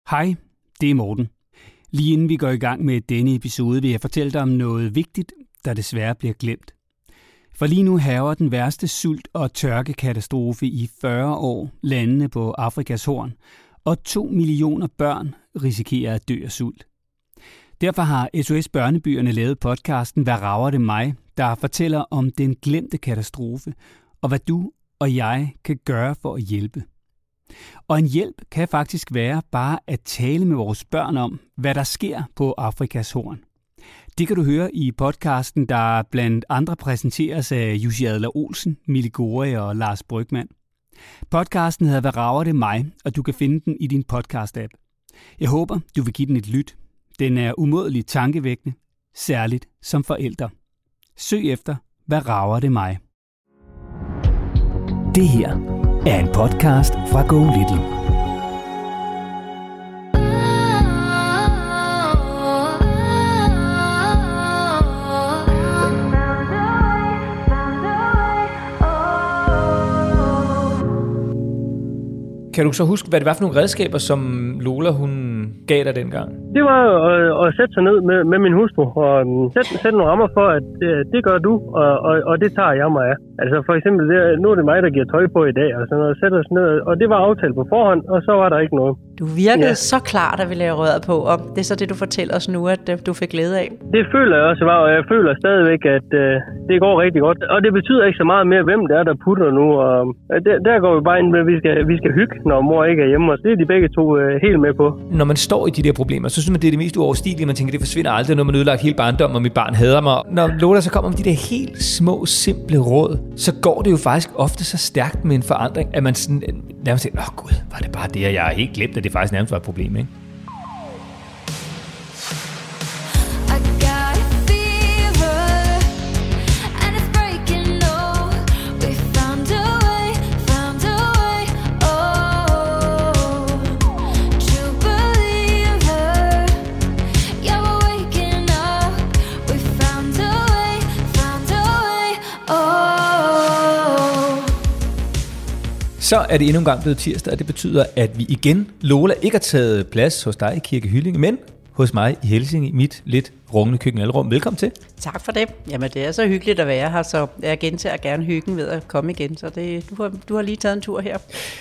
Hej, det er Morten. Lige inden vi går i gang med denne episode, vil jeg fortælle dig om noget vigtigt, der desværre bliver glemt. For lige nu hærger den værste sult- og tørkekatastrofe i 40 år landene på Afrikas Horn, og 2 millioner børn risikerer at dø af sult. Derfor har SOS Børnebyerne lavet podcasten Hvad rager det mig?, der fortæller om den glemte katastrofe, og hvad du og jeg kan gøre for at hjælpe. Og en hjælp kan faktisk være bare at tale med vores børn om, hvad der sker på Afrikas Horn. Det kan du høre i podcasten, der blandt andre præsenteres af Jussi Adler-Olsen, Mille Gore og Lars Brygmann. Podcasten hedder Hvad rager det mig?, og du kan finde den i din podcast-app. Jeg håber, du vil give den et lyt. Den er umådeligt tankevækkende, særligt som forældre. Søg efter Hvad rager det mig? Det her er en podcast fra Go Little. Kan du så huske, hvad det var for nogle redskaber, som Lola hun gav dig dengang? Det var at sætte sig ned med min hustru og sætte nogle rammer for, at det gør du, og det tager jeg mig af. Altså for eksempel, nu er det mig, der giver tøj på i dag, og sådan noget, sætte os ned, og det var aftalt på forhånd, og så var der ikke noget. Du virkede så klar, da vi lavede røret på, og det er så det, du fortæller os nu, at du fik glæde af. Det føler jeg også, og jeg føler stadigvæk, at det går rigtig godt. Og det betyder ikke så meget mere, hvem det er, der putter nu. Og der går vi bare ind med, at vi skal hygge, når mor ikke er hjemme, og det er de begge to helt med på. Når man står i de der problemer, så synes man, det er det mest uoverstigelige. Man tænker, det forsvinder aldrig, når man ødelagt hele barndommen, og mit barn hader mig. Når Lola så kommer med de der helt små, simple råd, så går det jo faktisk ofte så stærkt med en forandring, at man sådan nærmest tænker, åh gud, var det bare det, og jeg har helt glemt, at det faktisk nærmest var et problem, ikke? Så er det endnu en gang blevet tirsdag, og det betyder, at vi igen, Lola, ikke har taget plads hos dig i Kirke Hyllinge, men hos mig i Helsinge, i mit lidt rungende køkkenalrum. Velkommen til. Tak for det. Jamen, det er så hyggeligt at være her, så jeg gentager gerne hyggen ved at komme igen. Så du har lige taget en tur her.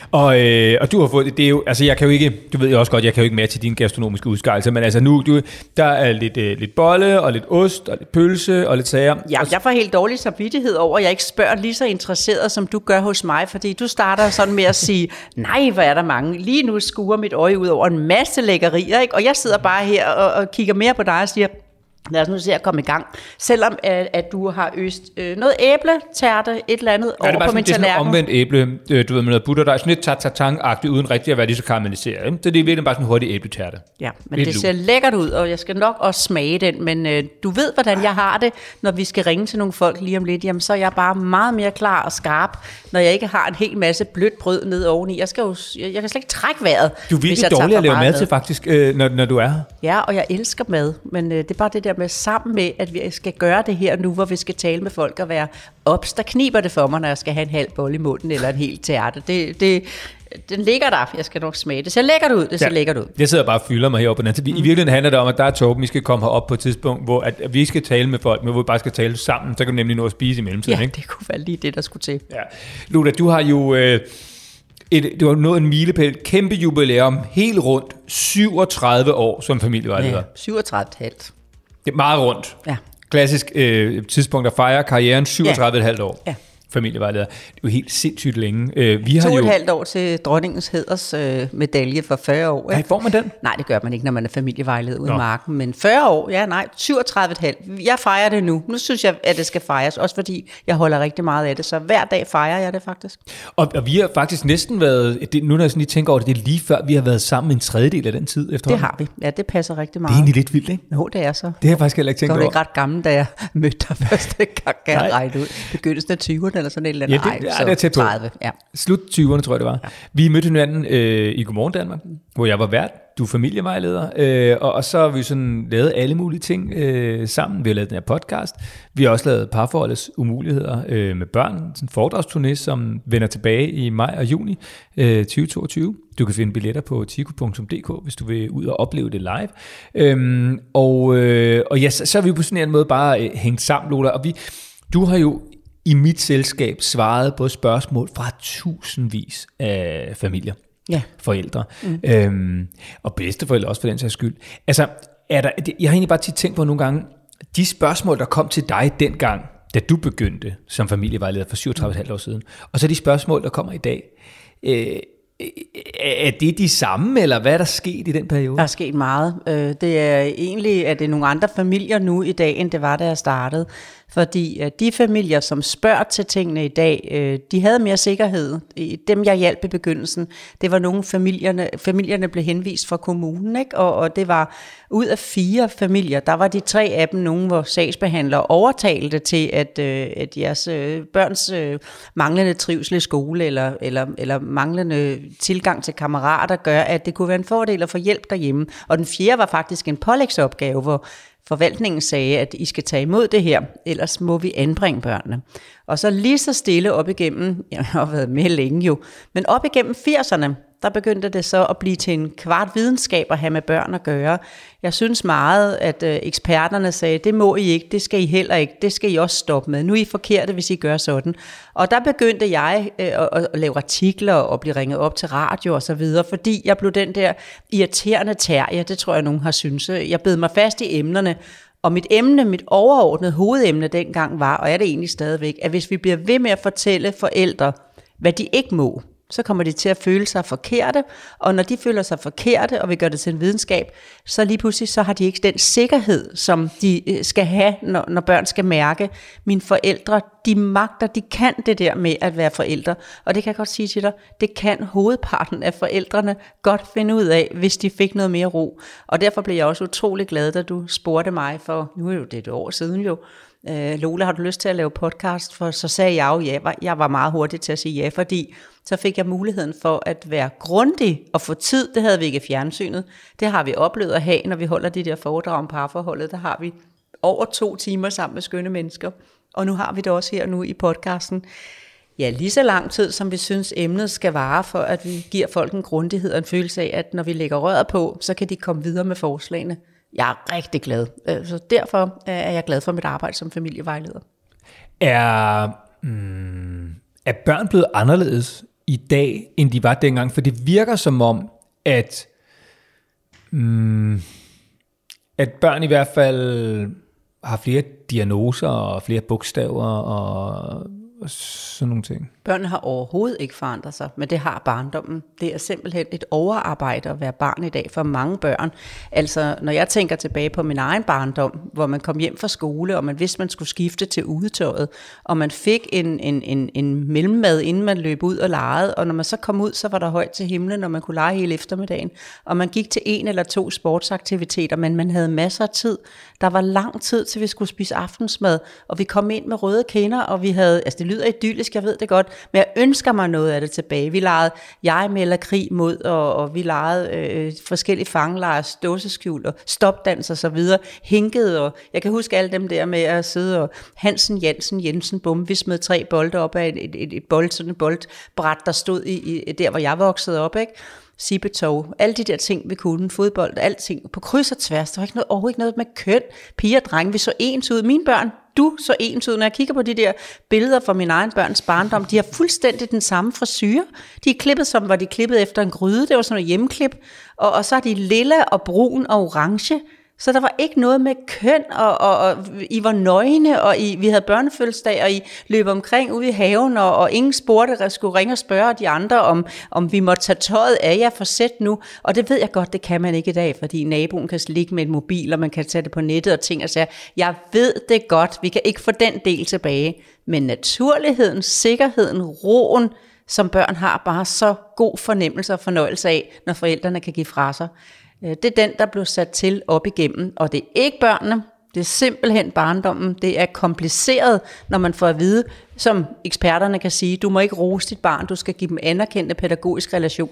Og du har fået, det er jo, altså jeg kan jo ikke, du ved jo også godt, jeg kan jo ikke matche din gastronomiske udskejelser, men altså nu, der er lidt bolle, og lidt ost, og lidt pølse, og lidt sager. Ja, jeg får helt dårlig samvittighed over, at jeg ikke spørger lige så interesseret, som du gør hos mig, fordi du starter sådan med at sige, nej, hvor er der mange. Lige nu skuer mit øje ud over en masse lækkerier, ikke? Og jeg sidder bare her og kigger mere på dig og siger, lad os nu se at komme i gang. Selvom at du har øst noget æbletærte, et eller andet over på min tallerken. Det er sådan omvendt æble, du ved, med noget butter, der er sådan lidt tatatang-agtigt, uden rigtig at være lige så karamelliseret. Så det er virkelig bare sådan en hurtig æbletærte. Ja, men det ser lækkert ud, og jeg skal nok også smage den, men du ved, hvordan jeg har det, når vi skal ringe til nogle folk lige om lidt. Jamen, så er jeg bare meget mere klar og skarp, når jeg ikke har en hel masse blødt brød ned oveni. Jeg kan slet ikke trække vejret. Du er virkelig dårlig at lave mad til, faktisk, når du er her. Ja, og jeg elsker mad, men det er bare det der med sammen med, at vi skal gøre det her nu, hvor vi skal tale med folk og være ops. Der kniber det for mig, når jeg skal have en halv bolle i munden eller en hel tærte. Den ligger der. Jeg skal nok smage. Det ser lækkert ud. Det ser lækkert ud. Jeg sidder bare og fylder mig heroppe på den anden. I virkeligheden handler det om, at der er Torben, vi skal komme herop på et tidspunkt, hvor at vi skal tale med folk, men hvor vi bare skal tale sammen. Så kan du nemlig nå at spise i mellemtiden. Ja, ikke? Det kunne være lige det, der skulle til. Ja. Lola, du har jo du har nået en milepæl, kæmpe jubilæum, helt rundt 37 år som familievejleder. Ja, 37,5. Det er meget rundt. Ja. Klassisk tidspunkt at fejre karrieren, 37,5 år. Ja. Familievejleder. Det er jo helt sindssygt længe. Vi har 2,5 år til dronningens hædersmedalje for 40 år. Nej, får man den? Nej, det gør man ikke, når man er familievejleder ude i marken. Men 40 år, 37,5. Jeg fejrer det nu. Nu synes jeg, at det skal fejres, også fordi jeg holder rigtig meget af det. Så hver dag fejrer jeg det faktisk. Og vi har faktisk næsten været, nu når jeg sådan lige tænker over det, det er lige før, vi har været sammen en tredjedel af den tid efterhånden. Det har vi. Ja, det passer rigtig meget. Det er egentlig lidt vildt, ikke? Jo, det er så. Det har jeg faktisk heller ikke tænkt over. Så var det ikke ret gammel, da jeg mødte dig første gang, jeg regnede ud. Begyndelsen af 20'erne. eller sådan et eller andet. Ja, det er tæt på. 30, ja. Slut 20'erne, tror jeg det var. Ja. Vi mødte hinanden i Godmorgen Danmark, hvor jeg var vært. Du er familievejleder, og så har vi sådan lavet alle mulige ting sammen. Vi har lavet den her podcast. Vi har også lavet parforholdets umuligheder med børn. Sådan en foredragsturné, som vender tilbage i maj og juni 2022. Du kan finde billetter på tico.dk, hvis du vil ud og opleve det live. Og ja, så er vi på sådan en måde bare hængt sammen, Lola. Og du har jo i mit selskab svaret på spørgsmål fra tusindvis af familier. Ja. Forældre. Og bedsteforældre også for den sags skyld. Altså, jeg har egentlig bare tit tænkt på nogle gange, de spørgsmål, der kom til dig dengang, da du begyndte som familievejleder for 37,5 år siden, og så de spørgsmål, der kommer i dag, er det de samme, eller hvad er der sket i den periode? Der er sket meget. Det er egentlig, at det er nogle andre familier nu i dag, end det var, da jeg startede. Fordi de familier, som spørger til tingene i dag, de havde mere sikkerhed. Dem, jeg hjalp i begyndelsen, det var nogle familierne blev henvist fra kommunen, ikke? Og det var ud af 4 familier, der var de 3 af dem nogen, hvor sagsbehandlere overtalte til, at jeres børns manglende trivsel i skole, eller manglende tilgang til kammerater, gør, at det kunne være en fordel at få hjælp derhjemme. Og den 4. var faktisk en pålægsopgave, hvor forvaltningen sagde, at I skal tage imod det her, ellers må vi anbringe børnene. Og så lige så stille op igennem, jeg har været med længe jo, men op igennem 80'erne, der begyndte det så at blive til en kvart videnskab at have med børn at gøre. Jeg synes meget, at eksperterne sagde, det må I ikke, det skal I heller ikke, det skal I også stoppe med. Nu er I forkerte, hvis I gør sådan. Og der begyndte jeg at lave artikler og blive ringet op til radio og så videre, fordi jeg blev den der irriterende terrier, det tror jeg, nogen har syntes. Jeg bed mig fast i emnerne, og mit overordnede hovedemne dengang var, og er det egentlig stadigvæk, at hvis vi bliver ved med at fortælle forældre, hvad de ikke må, så kommer de til at føle sig forkerte, og når de føler sig forkerte, og vi gør det til en videnskab, så lige pludselig så har de ikke den sikkerhed, som de skal have, når børn skal mærke. Mine forældre, de magter, de kan det der med at være forældre, og det kan jeg godt sige til dig, det kan hovedparten af forældrene godt finde ud af, hvis de fik noget mere ro. Og derfor blev jeg også utrolig glad, da du spurgte mig for, nu er jo det et år siden jo, Lola, har du lyst til at lave podcast? For så sagde jeg jo ja. Jeg var meget hurtig til at sige ja, fordi så fik jeg muligheden for at være grundig og få tid. Det havde vi ikke i fjernsynet. Det har vi oplevet at have, når vi holder de der foredrag om parforholdet. Der har vi over 2 timer sammen med skønne mennesker. Og nu har vi det også her nu i podcasten. Ja, lige så lang tid, som vi synes emnet skal vare, for at vi giver folk en grundighed og en følelse af, at når vi lægger røret på, så kan de komme videre med forslagene. Jeg er rigtig glad. Så derfor er jeg glad for mit arbejde som familievejleder. Er børn blevet anderledes i dag, end de var dengang? For det virker som om, at børn i hvert fald har flere diagnoser og flere bogstaver og sådan nogle ting. Børnene har overhovedet ikke forandret sig, men det har barndommen. Det er simpelthen et overarbejde at være barn i dag for mange børn. Altså, når jeg tænker tilbage på min egen barndom, hvor man kom hjem fra skole, og man vidste, man skulle skifte til udetøjet, og man fik en mellemmad, inden man løb ud og legede, og når man så kom ud, så var der højt til himlen, og man kunne lege hele eftermiddagen, og man gik til 1 eller 2 sportsaktiviteter, men man havde masser af tid. Der var lang tid, til vi skulle spise aftensmad, og vi kom ind med røde kinder, og vi havde, altså det lyder idyllisk, jeg ved det godt, men jeg ønsker mig noget af det tilbage. Vi legede Jeg melder krig mod, og vi legede forskellige fangelejre, dåseskjul og stopdans og så videre, hinkede, og jeg kan huske alle dem der med at sidde og Hansen, Jensen, bum, vi smed 3 bolde op af et boldbræt, der stod i der, hvor jeg voksede op, ikke? Sippetov, alle de der ting, vi kunne, fodbold, alting på kryds og tværs. Der var overhovedet ikke noget med køn, piger og drenge. Vi så ens ud. Mine børn, du så ens ud. Når jeg kigger på de der billeder fra mine egen børns barndom, de har fuldstændig den samme frisyre. De er klippet, som var de klippet efter en gryde. Det var sådan noget hjemmeklip. Og så er de lilla og brun og orange. Så der var ikke noget med køn, og I var nøgne, og vi havde børnefødselsdag, og I løb omkring ude i haven, og ingen spurgte, der skulle ringe og spørge de andre, om vi måtte tage tøjet af jer for sæt nu. Og det ved jeg godt, det kan man ikke i dag, fordi naboen kan ligge med en mobil, og man kan tage det på nettet og ting og sager. Jeg ved det godt, vi kan ikke få den del tilbage. Men naturligheden, sikkerheden, roen, som børn har, bare så god fornemmelse og fornøjelse af, når forældrene kan give fra sig. Det er den, der blev sat til op igennem, og det er ikke børnene, Det er simpelthen barndommen. Det er kompliceret, når man får at vide, som eksperterne kan sige, du må ikke rose dit barn, du skal give dem anerkendende pædagogisk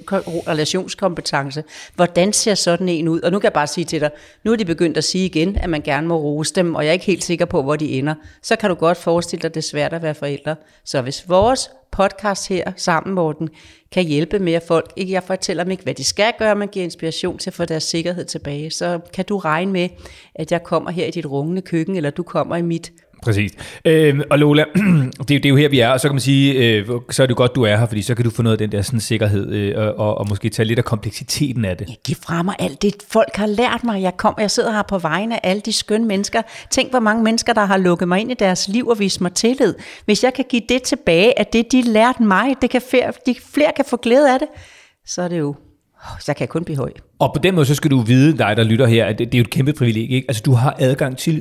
relationskompetence. Hvordan ser sådan en ud? Og nu kan jeg bare sige til dig, nu er de begyndt at sige igen, at man gerne må rose dem, og jeg er ikke helt sikker på, hvor de ender. Så kan du godt forestille dig, at det er svært at være forældre. Så hvis vores podcast her sammen, Morten, kan hjælpe med, at folk ikke, jeg fortæller dem ikke, hvad de skal gøre, men giver inspiration til at få deres sikkerhed tilbage, så kan du regne med, at jeg kommer her i dit rungende køkken, eller du kommer i mit. Præcis. Og Lola, det er jo her, vi er, og så kan man sige, så er det godt, du er her, fordi så kan du få noget af den der sådan, sikkerhed, og måske tage lidt af kompleksiteten af det. Jeg giver fra mig alt det, folk har lært mig. Jeg sidder her på vegne af alle de skønne mennesker. Tænk, hvor mange mennesker, der har lukket mig ind i deres liv og vist mig tillid. Hvis jeg kan give det tilbage, at det, de lærte mig, det kan flere kan få glæde af det, så er det jo... Så kan jeg kun blive høj. Og på den måde, så skal du vide, dig der lytter her, at det er jo et kæmpe privilegie, ikke? Altså, du har adgang til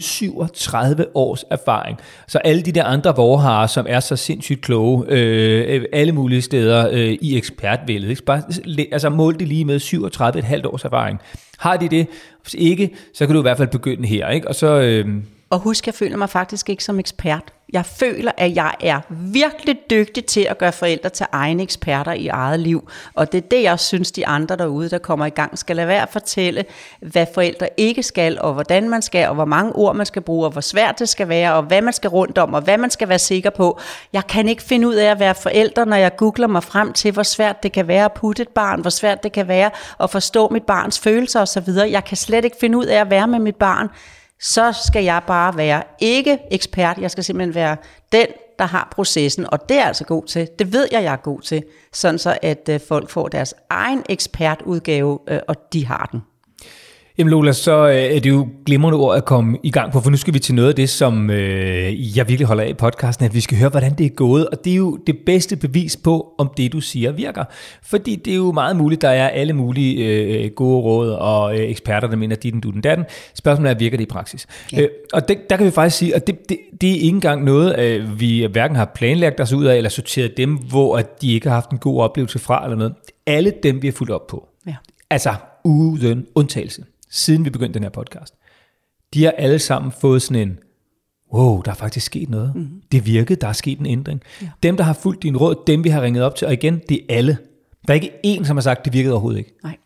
37 års erfaring. Så alle de der andre vorharer, som er så sindssygt kloge, alle mulige steder i ekspertvældet, ikke? Bare, altså, mål det lige med 37,5 års erfaring. Har de det? Hvis ikke, så kan du i hvert fald begynde her, ikke? Og så... Og husk, jeg føler mig faktisk ikke som ekspert. Jeg føler, at jeg er virkelig dygtig til at gøre forældre til egne eksperter i eget liv. Og det er det, jeg synes, de andre derude, der kommer i gang, skal lade være at fortælle, hvad forældre ikke skal, og hvordan man skal, og hvor mange ord man skal bruge, og hvor svært det skal være, og hvad man skal rundt om, og hvad man skal være sikker på. Jeg kan ikke finde ud af at være forælder, når jeg googler mig frem til, hvor svært det kan være at putte et barn, hvor svært det kan være at forstå mit barns følelser osv. Jeg kan slet ikke finde ud af at være med mit barn. Så skal jeg bare være ikke ekspert, jeg skal simpelthen være den, der har processen, og det er jeg altså god til. Det ved jeg er god til, sådan så at folk får deres egen ekspertudgave, og de har den. Jamen Lola, så er det jo glimrende ord at komme i gang på, for nu skal vi til noget af det, som jeg virkelig holder af i podcasten, at vi skal høre, hvordan det er gået, og det er jo det bedste bevis på, om det du siger virker. Fordi det er jo meget muligt, der er alle mulige gode råd og eksperter, der mener, dit, du, den datten. Spørgsmålet er, virker det i praksis? Ja. Og der kan vi faktisk sige, at det er ikke engang noget, vi hverken har planlagt os ud af, eller sorteret dem, hvor at de ikke har haft en god oplevelse fra, eller noget. Alle dem, vi har fulgt op på. Ja. Altså uden undtagelse. Siden vi begyndte den her podcast, de har alle sammen fået sådan en, wow, der er faktisk sket noget. Mm-hmm. Det virkede, der er sket en ændring. Ja. Dem, der har fulgt din råd, dem vi har ringet op til, og igen, det er alle. Der er ikke én, som har sagt, det virkede overhovedet ikke. Nej.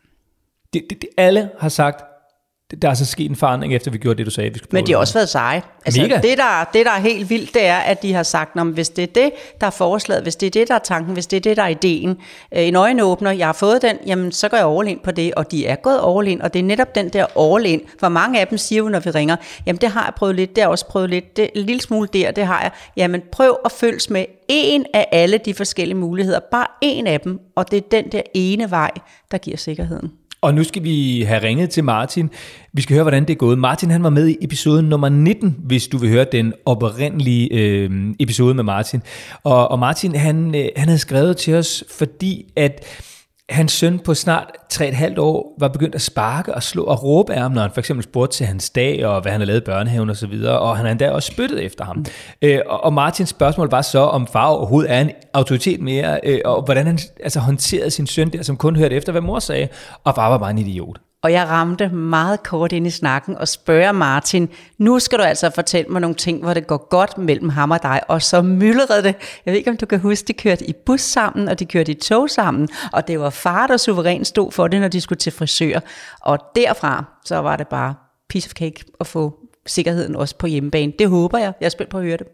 Alle har sagt, der er så sket en forandring, efter vi gjorde det, du sagde, vi skulle prøve. Men de har også været seje. Altså, det, der er helt vildt, det er, at de har sagt, hvis det er det, der er forslaget, hvis det er det, der er tanken, hvis det er det, der er ideen, en øjenåbner, jeg har fået den, jamen så går jeg all in på det, og de er gået all in, og det er netop den der all in. For mange af dem siger jo, når vi ringer, jamen det har jeg prøvet lidt, det har jeg også prøvet lidt, det, en lille smule der, det har jeg. Jamen prøv at følges med en af alle de forskellige muligheder, bare en af dem, og det er den der ene vej, der giver sikkerheden. Og nu skal vi have ringet til Martin. Vi skal høre, hvordan det er gået. Martin, han var med i episode nummer 19, hvis du vil høre den oprindelige episode med Martin. Og Martin, han havde skrevet til os, fordi at hans søn på snart 3,5 år var begyndt at sparke og slå og råbe af ham, når han for eksempel spurgte til hans dag, og hvad han havde lavet i børnehaven og så videre, og han har endda også spyttet efter ham. Og Martins spørgsmål var så, om far overhovedet er en autoritet mere, og hvordan han altså håndterede sin søn der, som kun hørte efter, hvad mor sagde, og far var bare en idiot. Og jeg ramte meget kort ind i snakken og spørger Martin, nu skal du altså fortælle mig nogle ting, hvor det går godt mellem ham og dig. Og så myldrede det. Jeg ved ikke, om du kan huske, de kørte i bus sammen, og de kørte i tog sammen. Og det var far, der suverænt stod for det, når de skulle til frisør. Og derfra, så var det bare piece of cake at få sikkerheden også på hjemmebane. Det håber jeg. Jeg er spændt på at høre det.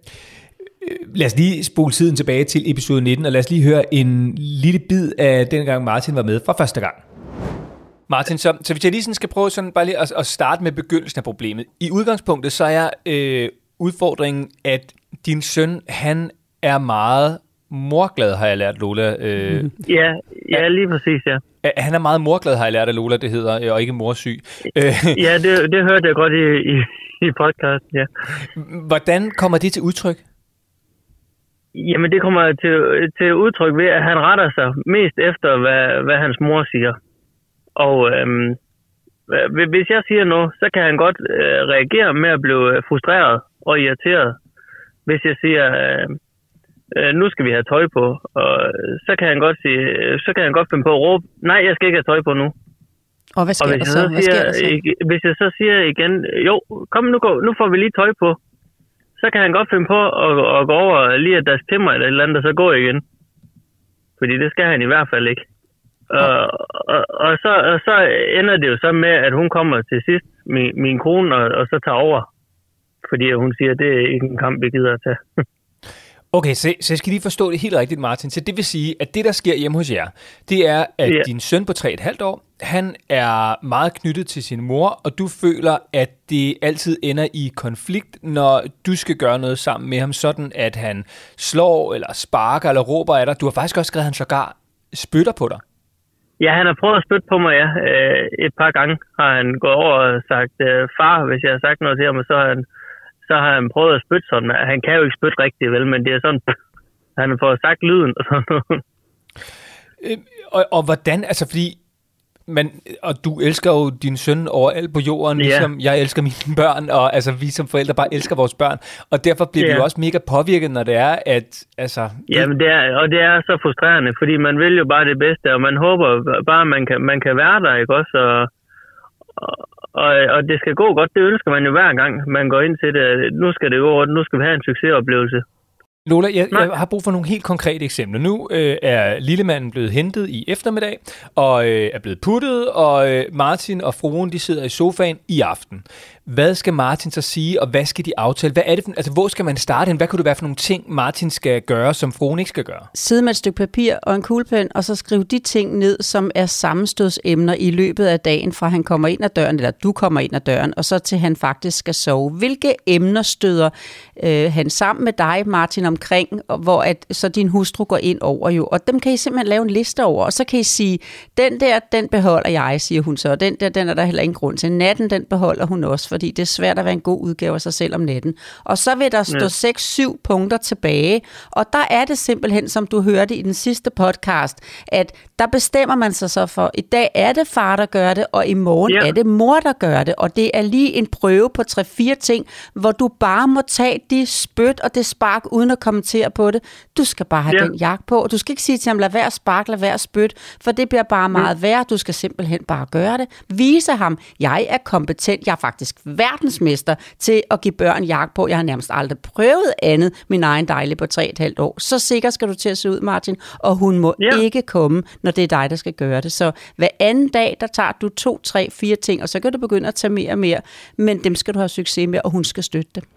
Lad os lige spole tiden tilbage til episode 19, og lad os lige høre en lille bid af dengang Martin var med for første gang. Martin, så hvis jeg lige sådan skal prøve sådan bare lige at starte med begyndelsen af problemet. I udgangspunktet så er udfordringen, at din søn, han er meget morglad, har jeg lært, Lola. Ja, lige præcis, ja. Han er meget morglad, har jeg lært af Lola, det hedder, og ikke morsyg. Ja, det hørte jeg godt i podcasten, ja. Hvordan kommer det til udtryk? Jamen, det kommer til udtryk ved, at han retter sig mest efter, hvad hans mor siger. Og hvis jeg siger noget, så kan han godt reagere med at blive frustreret og irriteret. Hvis jeg siger, nu skal vi have tøj på, og så kan han godt finde på at råbe, nej, jeg skal ikke have tøj på nu. Og hvad sker der så? Hvis jeg så siger igen, jo, kom nu får vi lige tøj på, så kan han godt finde på at gå over lige at daske til mig eller et eller andet, og så gå igen. Fordi det skal han i hvert fald ikke. Og så ender det jo så med, at hun kommer til sidst, min kone, og så tager over. Fordi hun siger, at det er ikke en kamp, vi gider at tage. Okay, så jeg skal lige forstå det helt rigtigt, Martin. Så det vil sige, at det, der sker hjemme hos jer, det er, at din søn på 3,5 år, han er meget knyttet til sin mor, og du føler, at det altid ender i konflikt, når du skal gøre noget sammen med ham, sådan at han slår, eller sparker, eller råber af dig. Du har faktisk også skrevet, at han sågar spytter på dig. Ja, han har prøvet at spytte på mig, ja. Et par gange har han gået over og sagt, far, hvis jeg har sagt noget til ham, så har han prøvet at spytte sådan. Han kan jo ikke spytte rigtigt, vel, men det er sådan, han får sagt lyden og sådan noget. Og hvordan, altså fordi, og du elsker jo din søn overalt på jorden, ligesom jeg elsker mine børn, og altså vi som forældre bare elsker vores børn, og derfor bliver vi jo også mega påvirket, når det er, at altså... Jamen det er så frustrerende, fordi man vil jo bare det bedste, og man håber bare, man kan være der, ikke også, og det skal gå godt, det ønsker man jo hver gang, man går ind til det. Nu skal det gå, nu skal vi have en succesoplevelse. Lola, jeg har brug for nogle helt konkrete eksempler. Nu er lillemanden blevet hentet i eftermiddag, og er blevet puttet, og Martin og fruen, de sidder i sofaen i aften. Hvad skal Martin så sige, og hvad skal de aftale? Hvad er det for, altså, hvor skal man starte hen? Hvad kunne det være for nogle ting, Martin skal gøre, som fruen ikke skal gøre? Sidde med et stykke papir og en kuglepen, og så skrive de ting ned, som er sammenstødsemner i løbet af dagen, fra han kommer ind ad døren, eller du kommer ind ad døren, og så til han faktisk skal sove. Hvilke emner støder han sammen med dig, Martin, omkring, hvor at, så din hustru går ind over jo, og dem kan I simpelthen lave en liste over, og så kan I sige, den beholder jeg, siger hun så, og den er der heller ingen grund til. Natten, den beholder hun også, fordi det er svært at være en god udgave af sig selv om natten. Og så vil der stå 6-7 punkter tilbage, og der er det simpelthen, som du hørte i den sidste podcast, at der bestemmer man sig så for, i dag er det far, der gør det, og i morgen er det mor, der gør det, og det er lige en prøve på 3-4 ting, hvor du bare må tage de spyt og det spark, uden at kommentere på det. Du skal bare have den jakke på, og du skal ikke sige til ham, lad være spark, lad være spyt, for det bliver bare meget værd. Du skal simpelthen bare gøre det. Vise ham, jeg er kompetent, jeg er faktisk verdensmester til at give børn jakke på. Jeg har nærmest aldrig prøvet andet, min egen dejlige på 3,5 år. Så sikker skal du til at se ud, Martin, og hun må ikke komme, når det er dig, der skal gøre det. Så hver anden dag, der tager du 2, 3, 4 ting, og så kan du begynde at tage mere og mere, men dem skal du have succes med, og hun skal støtte det.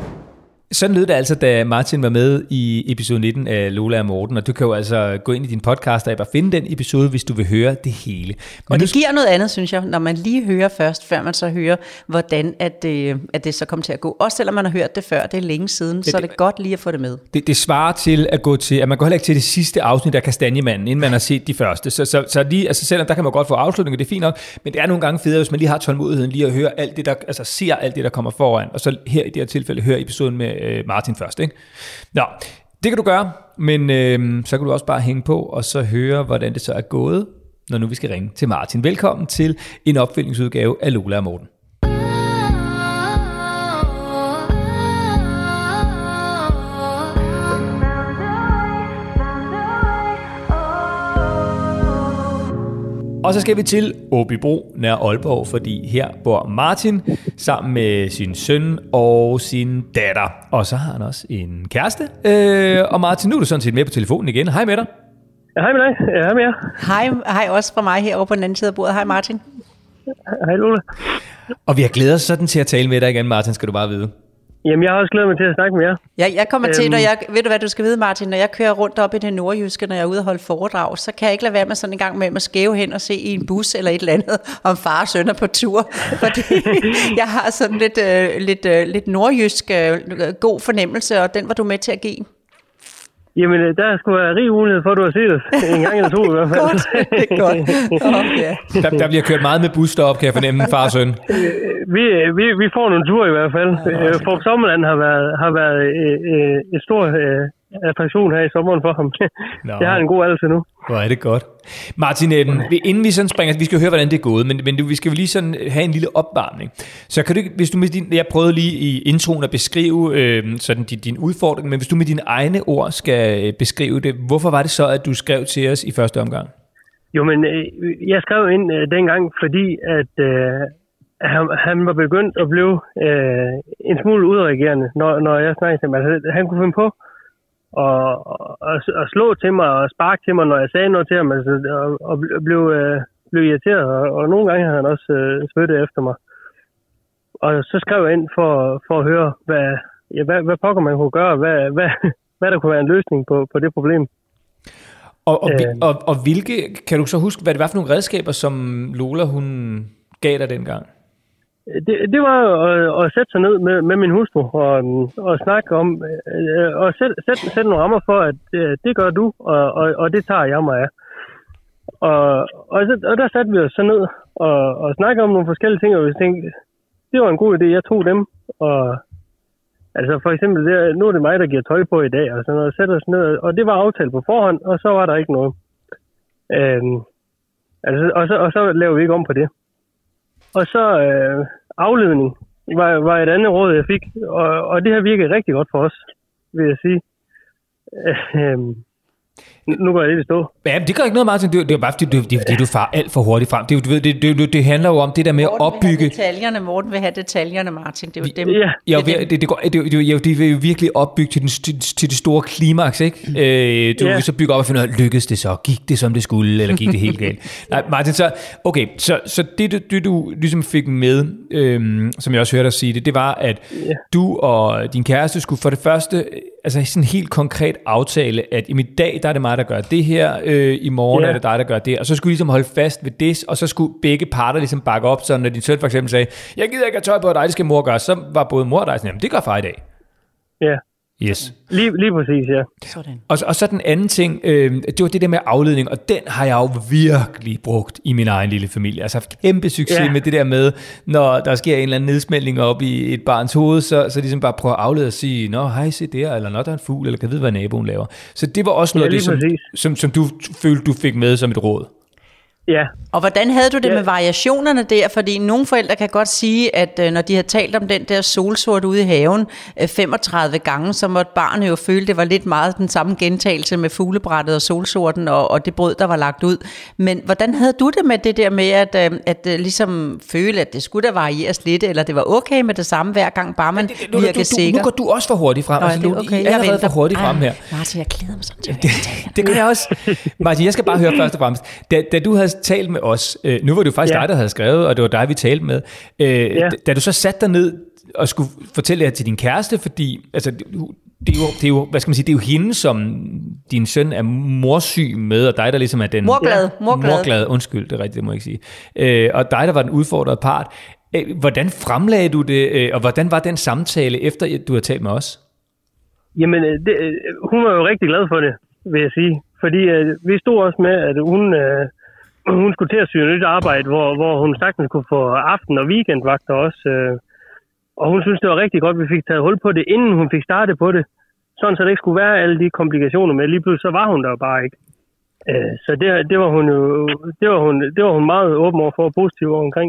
Sådan lød det altså, da Martin var med i episode 19 af Lola og Morten, og du kan jo altså gå ind i din podcast-app og finde den episode, hvis du vil høre det hele. Men og det giver noget andet, synes jeg, når man lige hører først, før man så hører, hvordan at det så kommer til at gå. Også selvom man har hørt det før, det er længe siden, så er det godt lige at få det med. Det svarer til at gå til, at man går heller ikke til det sidste afsnit af Kastanjemanden, inden man har set de første. Så lige, altså selvom der kan man godt få afslutninger, det er fint nok, men det er nogle gange federe, hvis man lige har tålmodigheden lige at høre alt det, der, altså ser alt det, der kommer foran, og så her i det her tilfælde høre episoden med Martin først, ikke? Nå, det kan du gøre, men så kan du også bare hænge på, og så høre, hvordan det så er gået, når nu vi skal ringe til Martin. Velkommen til en opfølgningsudgave af Lola og Morten. Og så skal vi til Åbybro nær Aalborg, fordi her bor Martin sammen med sin søn og sin datter. Og så har han også en kæreste. Og Martin, nu er du sådan set med på telefonen igen. Hej med dig. Hej med dig. Hej med jer. Hej også fra mig herovre på den anden side af bordet. Hej Martin. Hej Lola. Og vi har glædet os sådan til at tale med dig igen, Martin, skal du bare vide. Jamen, jeg har også glædet mig til at snakke med jer. Ja, jeg kommer til, ved du hvad du skal vide, Martin, når jeg kører rundt op i det nordjyske, når jeg er ude og holde foredrag, så kan jeg ikke lade være med sådan en gang med at skæve hen og se i en bus eller et eller andet, om far og søn er på tur. Fordi jeg har sådan lidt nordjysk god fornemmelse, og den var du med til at give. Jamen, der skulle være rig mulighed for, at du har set os. En gang eller to i hvert fald. Godt, det er godt. Der bliver kørt meget med bus derop, kan jeg fornemme, far og søn. Vi får nogle ture i hvert fald. Folk Sommerland har været et stort attraktion her i sommeren for ham. Det har en god alder nu. Hvor er det godt. Martin, inden vi sådan springer, vi skal høre, hvordan det er gået, men vi skal jo lige sådan have en lille opvarmning. Så kan du, hvis du med jeg prøvede lige i introen at beskrive sådan din udfordring, men hvis du med dine egne ord skal beskrive det, hvorfor var det så, at du skrev til os i første omgang? Jo, men jeg skrev ind dengang, fordi at han var begyndt at blive en smule udreagerende, når jeg snakkede til ham. Altså, han kunne finde på at slå til mig og sparke til mig, når jeg sagde noget til ham, altså, og blev irriteret, og nogle gange havde han også spyttet efter mig. Og så skrev jeg ind for at høre, hvad pokker man kunne gøre, hvad der kunne være en løsning på det problem. Og hvilke, kan du så huske, hvad det var for nogle redskaber, som Lola hun gav dig dengang? Det var at sætte sig ned med min hustru og snakke om, og sætte nogle rammer for, at det gør du, og det tager jeg mig af. Og der satte vi os så ned og snakkede om nogle forskellige ting, og vi tænkte, det var en god idé, jeg tog dem, og altså for eksempel, nu er det mig, der giver tøj på i dag, og sådan noget, sætter os ned, og det var aftalt på forhånd, og så var der ikke noget. Og så laver vi ikke om på det. Og så afledning var et andet råd, jeg fik, og det har virket rigtig godt for os, vil jeg sige. Nu går jeg lidt i stå. Ja, det gør ikke noget, Martin. Det er bare fordi du farer alt for hurtigt frem. Det handler jo om det der med at opbygge... Morten vil have detaljerne, Martin. Det er jo dem. Ja, de vil jo virkelig opbygge til det store klimaks, ikke? Du vil så bygge op og finde ud af, lykkedes det så? Gik det, som det skulle? Eller gik det helt galt? Nej, Martin, så det du ligesom fik med, som jeg også hørte dig sige det var, at du og din kæreste skulle for det første, altså sådan en helt konkret aftale, at i dag, der er det mig, der gør det her, i morgen er det dig, der gør det, og så skulle I ligesom holde fast ved det, og så skulle begge parter ligesom bakke op, så når din søn for eksempel sagde, jeg gider ikke have tøj på dig, det skal mor gøre, så var både mor og dig sådan, jamen det gør far i dag. Ja. Yes. Lige præcis, ja. Sådan. Og så den anden ting, det var det der med afledning, og den har jeg jo virkelig brugt i min egen lille familie. Altså haft kæmpe succes med det der med, når der sker en eller anden nedsmeltning op i et barns hoved, så ligesom bare prøve at aflede og sige, nå, hej, se der, eller nå, der er en fugl, eller kan vide, hvad naboen laver. Så det var også noget af det, som du følte, du fik med som et råd. Ja. Og hvordan havde du det med variationerne der? Fordi nogle forældre kan godt sige, at når de har talt om den der solsort ude i haven 35 gange, så måtte barnet jo føle, det var lidt meget den samme gentagelse med fuglebrættet og solsorten og det brød, der var lagt ud. Men hvordan havde du det med det der med at ligesom føle, at det skulle da varieres lidt, eller det var okay med det samme hver gang, bare man virker sikker? Nu går du også for hurtigt frem. Okay, jeg allerede for hurtigt frem her. Martin, jeg glæder mig sådan til det gør jeg også. Martin, jeg skal bare høre først og fremmest. Da du havde talt med os, nu var det jo faktisk dig, der havde skrevet, og det var dig, vi talte med. Da du så satte dig ned og skulle fortælle det til din kæreste, fordi altså, det er jo, hvad skal man sige, det er jo hende, som din søn er morsyg med, og dig, der ligesom er den... Morglad, undskyld, det er rigtigt, det må jeg ikke sige. Og dig, der var den udfordrede part. Hvordan fremlagde du det, og hvordan var den samtale, efter du havde talt med os? Jamen, hun var jo rigtig glad for det, vil jeg sige. Fordi vi stod også med, at hun skulle til at syge nyt arbejde, hvor hun sagtens kunne få aften- og weekendvagter også. Og hun synes, det var rigtig godt, at vi fik taget hul på det, inden hun fik startet på det. Sådan, så det ikke skulle være alle de komplikationer med. Lige pludselig så var hun der bare ikke. Så det var hun meget åben over for og positiv over omkring.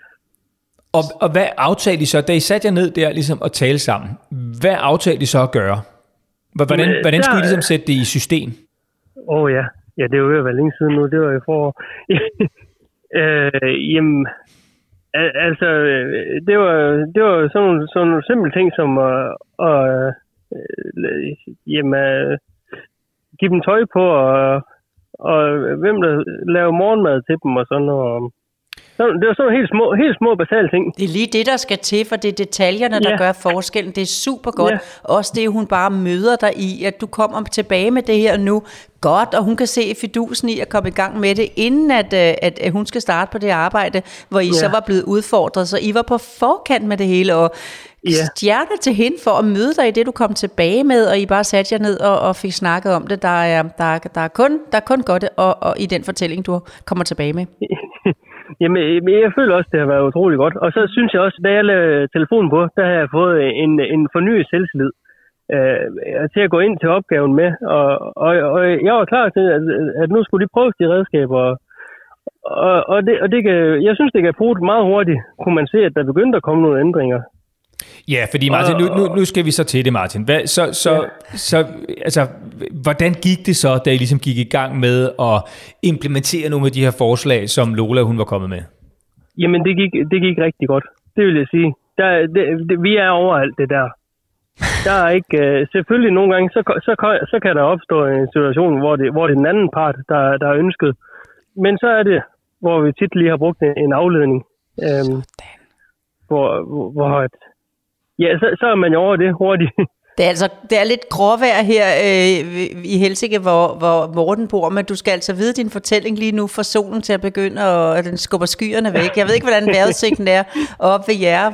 Og hvad aftalte I så, da I satte jer ned der ligesom og tale sammen? Hvad aftalte I så at gøre? Hvordan skulle I ligesom sætte det i system? Ja. Ja, det er jo ved at være længe siden nu. Det var jo forår. Jamen, altså, det var sådan nogle simple ting som give dem tøj på, og hvem der laver morgenmad til dem og sådan noget. Det var sådan helt små basale ting. Det er lige det, der skal til, for det er detaljerne, der gør forskellen. Det er super godt. Ja. Også det, hun bare møder dig i, at du kommer tilbage med det her nu. Godt, og hun kan se fidusen i at komme i gang med det, inden at hun skal starte på det arbejde, hvor I så var blevet udfordret. Så I var på forkant med det hele, og stjerne til hende for at møde dig i det, du kom tilbage med, og I bare satte jer ned og fik snakket om det. Der er kun godt og i den fortælling, du kommer tilbage med. Jamen, jeg føler også, det har været utroligt godt. Og så synes jeg også, da jeg lavede telefonen på, der har jeg fået en fornyet selvtillid til at gå ind til opgaven med. Og jeg var klar til, at nu skulle de prøve de redskaber. Og det kan, jeg synes, det kan bruge meget hurtigt. Kunne man se, at der begyndte at komme nogle ændringer. Ja, fordi Martin, nu skal vi så til det, Martin. Hvordan gik det så, da I ligesom gik i gang med at implementere nogle af de her forslag, som Lola hun var kommet med? Jamen, det gik rigtig godt. Det vil jeg sige. Vi er overalt det der. Der er ikke... selvfølgelig nogle gange, så kan der opstå en situation, hvor det er den anden part, der er ønsket. Men så er det, hvor vi tit lige har brugt en afledning. Så er man jo over det hurtigt. Det er lidt gråvejr her i Helsinge, hvor Morten bor, men du skal altså vide din fortælling lige nu, for solen til at begynde, og den skubber skyerne væk. Jeg ved ikke, hvordan vejrudsigten er oppe ved jer,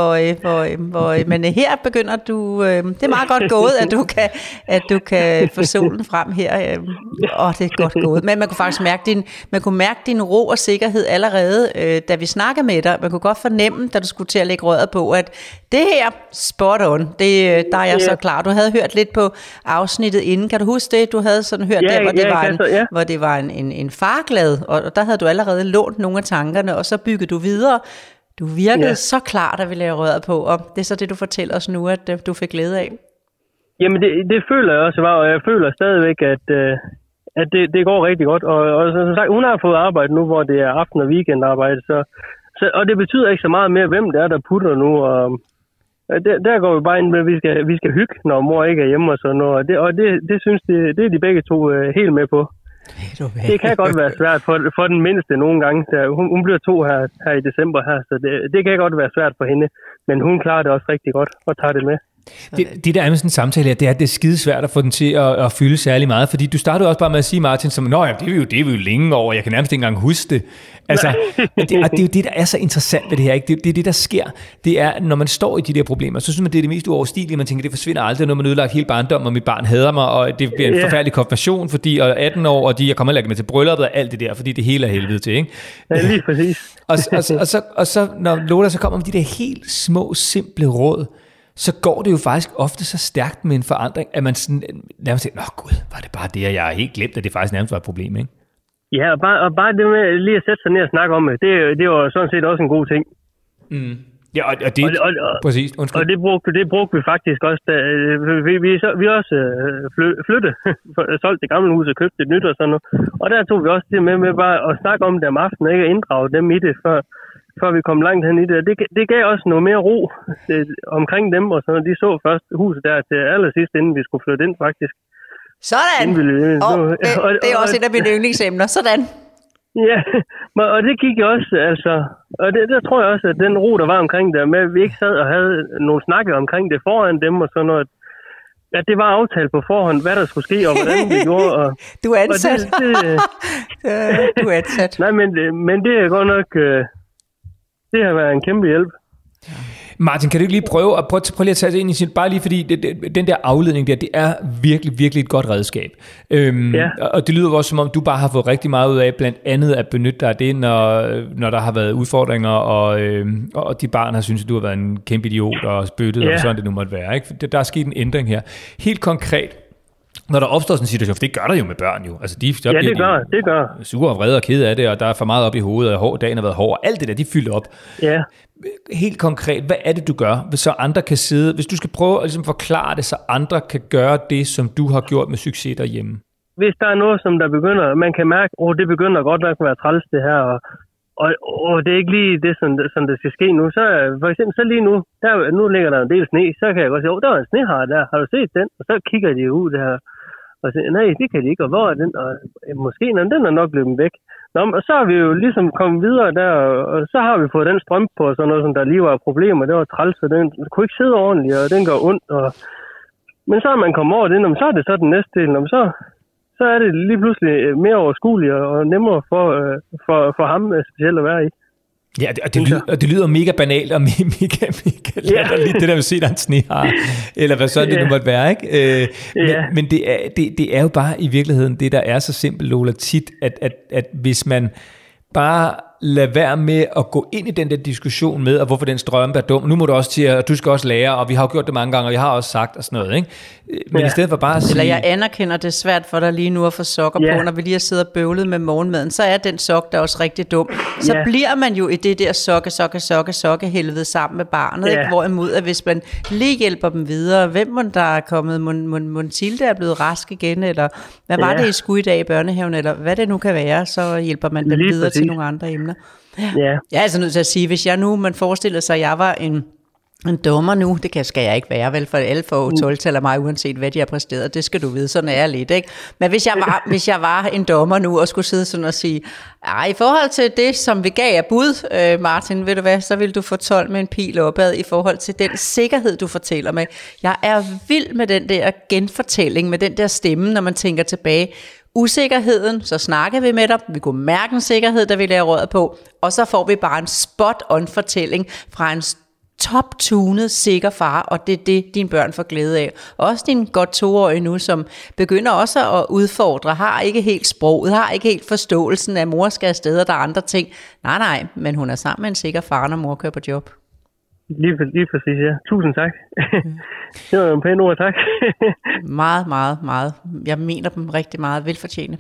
men her begynder du... det er meget godt gået, at du kan få solen frem her. Det er godt gået. Men man kunne faktisk mærke din ro og sikkerhed allerede, da vi snakkede med dig. Man kunne godt fornemme, da du skulle til at lægge røret på, at det her spot on, der er jeg så klar. Du havde hørt lidt på afsnittet inden. Kan du huske det? Du havde sådan hørt hvor det var en farglad, og der havde du allerede lånt nogle af tankerne, og så byggede du videre. Du virkede så klar, da vi lavede røret på, og det er så det, du fortæller os nu, at du fik glæde af. Jamen, det føler jeg også, og jeg føler stadigvæk, at det går rigtig godt. Og som sagt, hun har fået arbejde nu, hvor det er aften- og weekendarbejde, og det betyder ikke så meget mere, hvem det er, der putter nu, og der går vi bare ind med, at vi skal hygge, når mor ikke er hjemme og sådan noget. Det synes det er de begge to helt med på. Det kan godt være svært for den mindste nogle gange. Hun bliver 2 her i december her, så det kan godt være svært for hende. Men hun klarer det også rigtig godt og tager det med. Det der er med sådan en samtale her, det er, at det er skidesvært at få den til at fylde særlig meget, fordi du startede også bare med at sige, Martin, som, det er vi jo længe over, jeg kan nærmest ikke engang huske det. Altså, det er jo det, der er så interessant ved det her, ikke? Det er det, der sker. Det er, når man står i de der problemer, så synes man, det er det mest uoverstigelige, man tænker, det forsvinder aldrig, når man ødelagt hele barndommen, og mit barn hader mig, og det bliver en forfærdelig konfirmation, fordi jeg er 18 år, og jeg kommer ikke med til brylluppet og alt det der, fordi det hele er helvede til, ikke? Ja, lige præcis. og så når Lola så kommer med de der helt små, simple råd, så går det jo faktisk ofte så stærkt med en forandring, at man sådan nærmest tænker, gud, var det bare det, jeg har helt glemt, at det faktisk nærmest var et problem, ikke? Ja, og bare det med lige at sætte sig ned og snakke om det var sådan set også en god ting. Mm. Ja, og det præcis, undskyld. Og det brugte vi faktisk også, da vi også flyttede, solgte det gamle hus og købte et nyt og sådan noget. Og der tog vi også det med bare at snakke om det om aftenen, ikke at inddrage dem i det, før vi kom langt hen i det. Det gav også noget mere ro omkring dem, og så de så først huset der til allersidst, inden vi skulle flytte ind faktisk. Sådan! Det er også et af mine yndlingsemner. Sådan! Ja, og det gik også, altså. Og der tror jeg også, at den ro, der var omkring det, med at vi ikke sad og havde nogle snakke omkring det foran dem og sådan noget, at det var aftalt på forhånd, hvad der skulle ske og hvordan vi gjorde. Du er ansat. Du er ansat. Nej, men det er godt nok... Det har været en kæmpe hjælp. Martin, kan du ikke lige prøve lige at tage det ind i sin... Bare lige fordi den der afledning der, det er virkelig, virkelig et godt redskab. Og det lyder også som om, du bare har fået rigtig meget ud af, blandt andet at benytte dig af det, når der har været udfordringer, og de barn har syntes, at du har været en kæmpe idiot og spyttet, og sådan det nu måtte være. Ikke? Der er sket en ændring her. Helt konkret, når der opstår sådan en situation, for det gør der jo med børn jo. Altså de gør. Sure og vrede og kede af det, og der er for meget op i hovedet, og dagen har været hård, og alt det der, de fylder op. Ja. Helt konkret, hvad er det, du gør, så andre kan sidde, hvis du skal prøve at ligesom forklare det, så andre kan gøre det, som du har gjort med succes derhjemme? Hvis der er noget, som der begynder, man kan mærke, det begynder godt nok at være træls det her, og det er ikke lige det, som det skal ske nu. Så for eksempel, så lige nu, nu ligger der en del sne, så kan jeg godt sige, der var en snehar der, har du set den? Og så kigger de ud der, og siger, nej, det kan de ikke, og hvor er den? Og måske, den er nok løbet væk. Og så har vi jo ligesom kommet videre der, og så har vi fået den strømpe på, og sådan noget, som der lige var problemer. Det var træls, og den kunne ikke sidde ordentligt, og den går ondt. Men så er man kommet over det, og så er det så den næste del, og så er det lige pludselig mere overskueligt og nemmere for ham specielt at være i. Ja, og det lyder mega banalt og mega latterligt, det der med at se, der er en snehar, eller hvad sådan det nu måtte være, ikke? Men det er jo bare i virkeligheden det, der er så simpelt, Lola, tit, at hvis man bare lade være med at gå ind i den der diskussion med, og hvorfor den strømpe er dum. Nu må du også til, at du skal også lære, og vi har jo gjort det mange gange, og jeg har også sagt og sådan noget, ikke? Men i stedet for bare at sige... Eller jeg anerkender, det er svært for dig lige nu at få sokker på, når vi lige har siddet og bøvlet med morgenmaden, så er den sok der også rigtig dum. Så bliver man jo i det der sokke helvede sammen med barnet, ikke? Hvorimod, at hvis man lige hjælper dem videre, hvem må der er kommet, Tilde er blevet rask igen, eller hvad var det, I skulle i dag i børnehaven, eller hvad det nu kan være, så hjælper man dem videre til nogle andre emner. Jeg er altså nødt til at sige, hvis jeg nu, man forestiller sig, at jeg var en dommer nu, det skal jeg ikke være, vel, for alle får 12-taller mig, uanset hvad de har præsteret, det skal du vide, sådan er jeg lidt, ikke? Men hvis jeg var en dommer nu, og skulle sidde sådan og sige, i forhold til det, som vi gav af bud, Martin, ved du hvad, så vil du få 12 med en pil opad, i forhold til den sikkerhed, du fortæller med. Jeg er vild med den der genfortælling, med den der stemme, når man tænker tilbage. Usikkerheden, så snakker vi med dig, vi kunne mærke en sikkerhed, der vi lærer råd på, og så får vi bare en spot-on fortælling fra en top-tunet sikker far, og det er det, dine børn får glæde af. Også din godt 2-årige nu, som begynder også at udfordre, har ikke helt sproget, har ikke helt forståelsen af, mor skal afsted, og der er andre ting. Nej, men hun er sammen med en sikker far, når mor kører på job. Lige præcis, ja. Tusind tak. Det var en pæn ord, tak. Meget, meget, meget. Jeg mener dem rigtig meget velfortjene.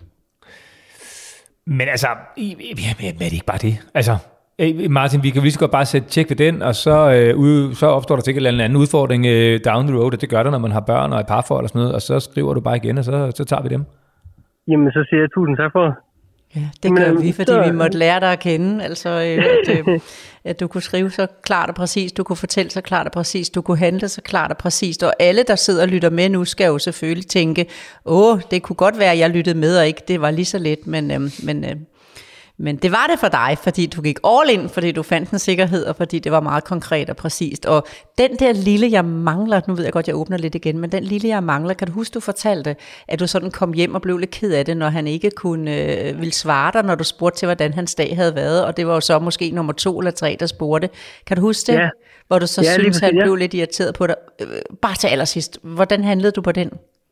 Men altså, er det ikke bare det? Altså, Martin, vi kan lige så godt bare sætte tjek ved den, og så opstår der sikkert en anden udfordring down the road, og det gør der, når man har børn og et parforhold og sådan noget, og så skriver du bare igen, og så tager vi dem. Jamen, så siger jeg tusind tak for. Ja, det gør vi, fordi vi måtte lære dig at kende, altså at du kunne skrive så klart og præcist, du kunne fortælle så klart og præcist, du kunne handle så klart og præcist, og alle, der sidder og lytter med nu, skal jo selvfølgelig tænke, det kunne godt være, at jeg lyttede med, og ikke det var lige så let, men det var det for dig, fordi du gik all in, fordi du fandt en sikkerhed, og fordi det var meget konkret og præcist. Og den der lille, jeg mangler, nu ved jeg godt, jeg åbner lidt igen, men den lille, jeg mangler, kan du huske, du fortalte, at du sådan kom hjem og blev lidt ked af det, når han ikke ville svare dig, når du spurgte til, hvordan hans dag havde været, og det var jo så måske nummer 2 eller 3, der spurgte. Kan du huske det? Ja. Hvor du så synes, at han blev lidt irriteret på dig. Bare til allersidst, hvordan handlede du på den?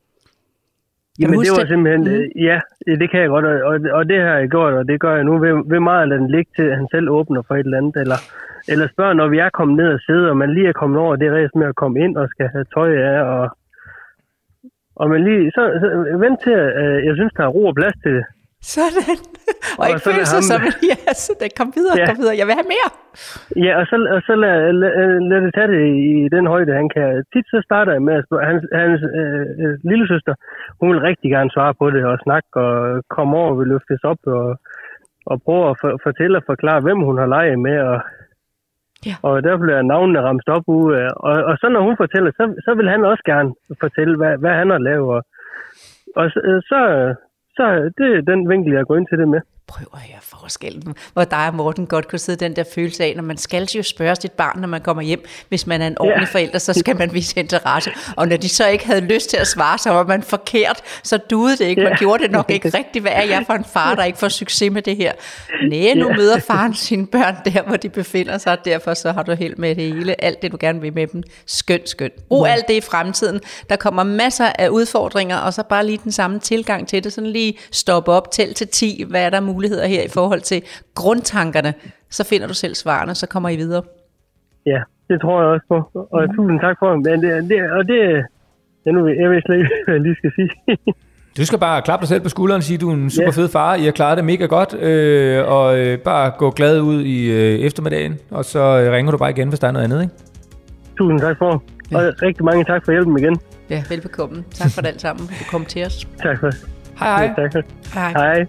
Jamen det var simpelthen, det kan jeg godt, og det har jeg gjort, og det gør jeg nu ved meget at lade den ligge til, at han selv åbner for et eller andet, eller spørger, når vi er kommet ned og sidder, og man lige er kommet over det ræs med at komme ind og skal have tøj af, og man lige, så vent til, jeg synes, der er ro og plads til det. Sådan. Og ikke føle sig som, kom videre, jeg vil have mere. Ja, og så lad det tage det i den højde, han kan. Tit så starter jeg med at spørge, hans lillesøster, hun vil rigtig gerne svare på det, og snakke, og komme over, vil løftes op, og prøve at fortælle og forklare, hvem hun har leget med, og der bliver navnene ramt op ude. Og så når hun fortæller, så vil han også gerne fortælle, hvad han har lavet, og så det er den vinkel, jeg går ind til det med. Prøv at høre forskellen, hvor dig og Morten godt kunne sidde den der følelse af, når man skal jo spørge sit barn, når man kommer hjem. Hvis man er en ordentlig forælder, så skal man vise interesse. Og når de så ikke havde lyst til at svare, så var man forkert, så duede det ikke. Man gjorde det nok ikke rigtigt. Hvad er jeg for en far, der ikke får succes med det her? Næh, nu møder faren sine børn der, hvor de befinder sig, og derfor så har du held med det hele. Alt det, du gerne vil med dem. Skønt. Brug alt det i fremtiden. Der kommer masser af udfordringer, og så bare lige den samme tilgang til det. Sådan lige stoppe op, tæl til 10. Hvad er der muligheder her i forhold til grundtankerne? Så finder du selv svarene, så kommer I videre. Ja, det tror jeg også på. Og tusind tak for det. Jeg ved slet ikke, hvad jeg lige skal sige. Du skal bare klappe dig selv på skulderen og sige, at du er en super fed far. I har klaret det mega godt. Og bare gå glad ud i eftermiddagen. Og så ringer du bare igen, hvis der er noget andet, ikke? Tusind tak for. Og rigtig mange tak for hjælpen igen. Ja, velbekomme. Tak for det alt sammen. Du kom til os. Tak for det. Hej. Ja, tak for det. Hej.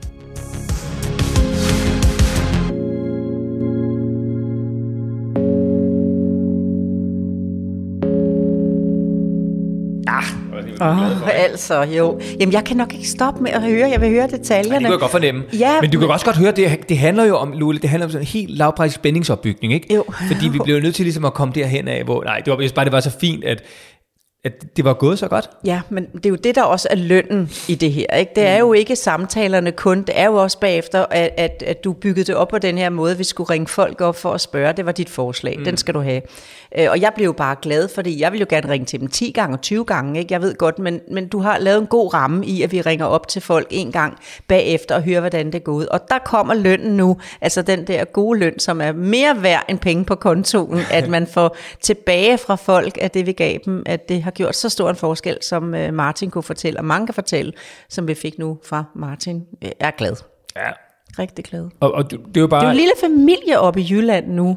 Altså, jo. Jamen, jeg kan nok ikke stoppe med at høre. Jeg vil høre detaljerne. Det kan jeg godt fornemme. Ja, men du kan også godt høre, det handler jo om, Lule, det handler om sådan en helt lavpræcis spændingsopbygning, ikke? Jo. Fordi vi bliver nødt til ligesom at komme derhen af, hvor, det var bare det var så fint, at at det var gået så godt. Ja, men det er jo det, der også er lønnen i det her. Ikke? Det er jo ikke samtalerne kun, det er jo også bagefter, at du byggede det op på den her måde, vi skulle ringe folk op for at spørge, det var dit forslag, den skal du have. Og jeg blev jo bare glad, fordi jeg vil jo gerne ringe til dem 10 gange og 20 gange, ikke? Jeg ved godt, men du har lavet en god ramme i, at vi ringer op til folk en gang bagefter og hører, hvordan det er gået. Og der kommer lønnen nu, altså den der gode løn, som er mere værd end penge på kontoen, at man får tilbage fra folk, at det vi gav dem, at det har gjort så stor en forskel, som Martin kunne fortælle, og mange kan fortælle, som vi fik nu fra Martin. Jeg er glad. Ja. Rigtig glad. Og det er jo bare... Det er jo en lille familie oppe i Jylland nu,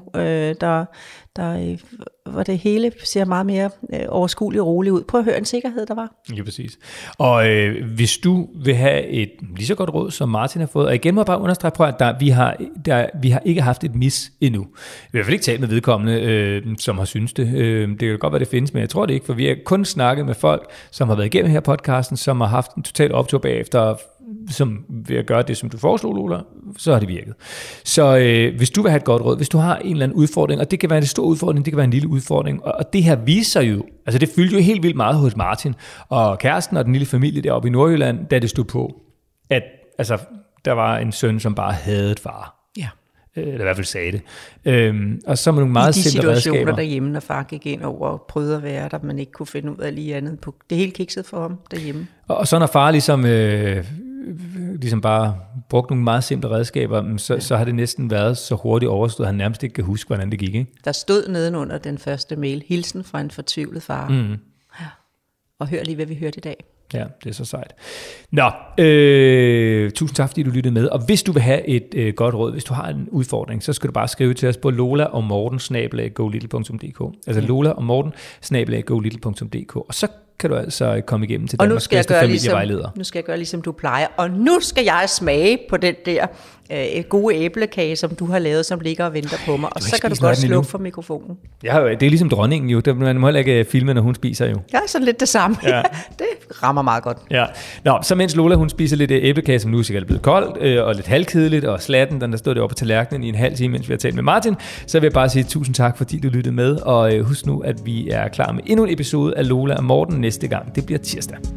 hvor det hele ser meget mere overskueligt og roligt ud. Prøv at høre en sikkerhed, der var. Ja, præcis. Og hvis du vil have et lige så godt råd, som Martin har fået, og igen må jeg bare understrege på, at vi har ikke haft et mis endnu. Vi har i hvert fald ikke talt med vedkommende, som har syntes det. Det kan godt være, det findes, men jeg tror det ikke, for vi har kun snakket med folk, som har været igennem her podcasten, som har haft en total optur bagefter, som ved at gøre det, som du foreslog, Lola, så har det virket. Så hvis du vil have et godt råd, hvis du har en eller anden udfordring, og det kan være en stor udfordring, det kan være en lille udfordring, og det her viser jo, altså det fyldte jo helt vildt meget hos Martin og kæresten og den lille familie deroppe i Nordjylland, da det stod på, at altså, der var en søn, som bare havde et far. Ja. Eller i hvert fald sagde det. Og så med nogle meget simple redskaber. I de situationer derhjemme, når far gik ind over og prøvede at være der, man ikke kunne finde ud af lige andet. Det hele kiksede for ham derhjemme. Og så når far ligesom bare brugt nogle meget simple redskaber, så har det næsten været så hurtigt overstået, at han nærmest ikke kan huske, hvordan det gik. Ikke? Der stod nedenunder den første mail, hilsen fra en fortvivlet far. Ja. Og hør lige, hvad vi hørte i dag. Ja, det er så sejt. Nå, tusind tak, fordi du lyttede med. Og hvis du vil have et godt råd, hvis du har en udfordring, så skal du bare skrive til os på lolaogmorten@golittle.dk. Altså lolaogmorten@golittle.dk. Og så kan du altså komme igennem til Danmarks bedste familievejleder. Nu skal jeg gøre ligesom du plejer, og nu skal jeg smage på den der gode æblekage, som du har lavet, som ligger og venter på mig, og så kan du godt slukke for mikrofonen. Ja, det er ligesom dronningen jo, man må heller ikke filme, når hun spiser jo. Ja, sådan lidt det samme. Ja. Det rammer meget godt. Ja. Nå, så mens Lola hun spiser lidt æblekage, som nu er sikkert blevet koldt, og lidt halvkedeligt, og slatten, den der stod deroppe på tallerkenen i en halv time, mens vi har talt med Martin, så vil jeg bare sige tusind tak, fordi du lyttede med, og husk nu, at vi er klar med endnu en episode af Lola og Morten næste gang. Det bliver tirsdag.